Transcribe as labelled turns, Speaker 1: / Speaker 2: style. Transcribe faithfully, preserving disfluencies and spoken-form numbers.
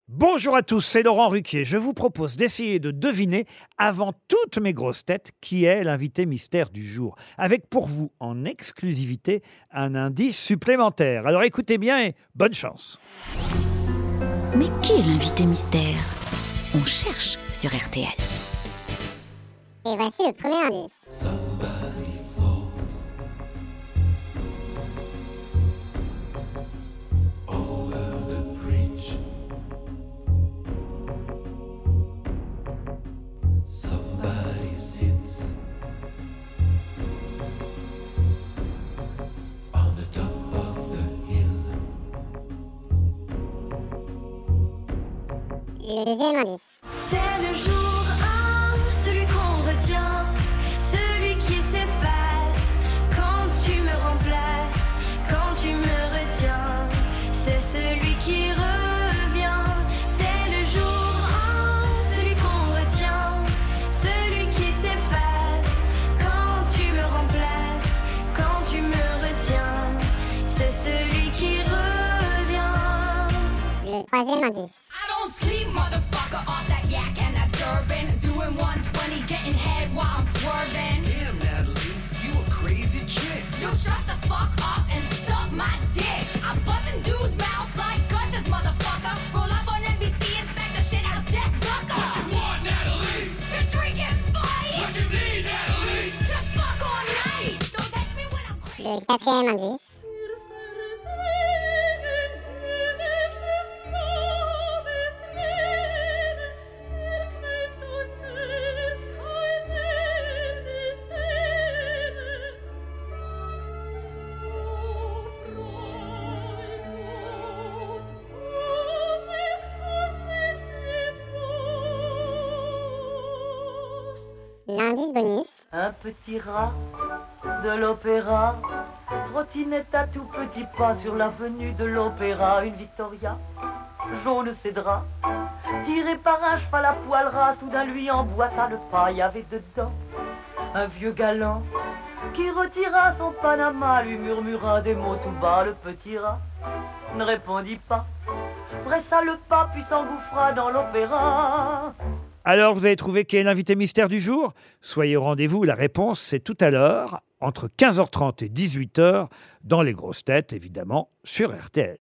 Speaker 1: Bonjour à tous, c'est Laurent Ruquier. Je vous propose d'essayer de deviner, avant toutes mes grosses têtes, qui est l'invité mystère du jour. Avec pour vous, en exclusivité, un indice supplémentaire. Alors écoutez bien et bonne chance.
Speaker 2: Mais qui est l'invité mystère? On cherche sur R T L.
Speaker 3: Et voici le premier indice.
Speaker 4: Somebody sits on the top of the hill.
Speaker 3: Le deuxième indice.
Speaker 5: C'est le jour un, celui qu'on retient, celui qui s'efface quand tu me remplaces, quand tu me retiens. C'est celui qui revient. C'est le jour un, celui qu'on retient, celui qui s'efface quand tu me remplaces, quand tu me retiens. C'est celui qui revient.
Speaker 3: Le troisième indice.
Speaker 6: I don't sleep, motherfucker, off that yak and that Durban. Doing one twenty, getting head while I'm swerving.
Speaker 4: Damn, Natalie, you a crazy chick.
Speaker 6: Yo, shut the fuck up and suck my dick. I'm buzzing dudes' mouths like gushers, motherfucker. Roll up on N B C and smack the shit out that sucker.
Speaker 4: What you want, Natalie?
Speaker 6: To drink and fight.
Speaker 4: What you need, Natalie?
Speaker 6: To fuck all night. Don't text me when I'm crazy.
Speaker 3: Le quatrième indice. L'indice bonus.
Speaker 7: Un petit rat de l'opéra, trottinette à tout petit pas sur l'avenue de l'opéra, une Victoria, jaune cédra, tirée par un cheval à poil ras, soudain lui emboîta le pas, il y avait dedans un vieux galant qui retira son panama, lui murmura des mots tout bas, le petit rat ne répondit pas, pressa le pas puis s'engouffra dans l'opéra.
Speaker 1: Alors, vous avez trouvé qui est l'invité mystère du jour? Soyez au rendez-vous, la réponse c'est tout à l'heure, entre quinze heures trente et dix-huit heures, dans les grosses têtes, évidemment, sur R T L.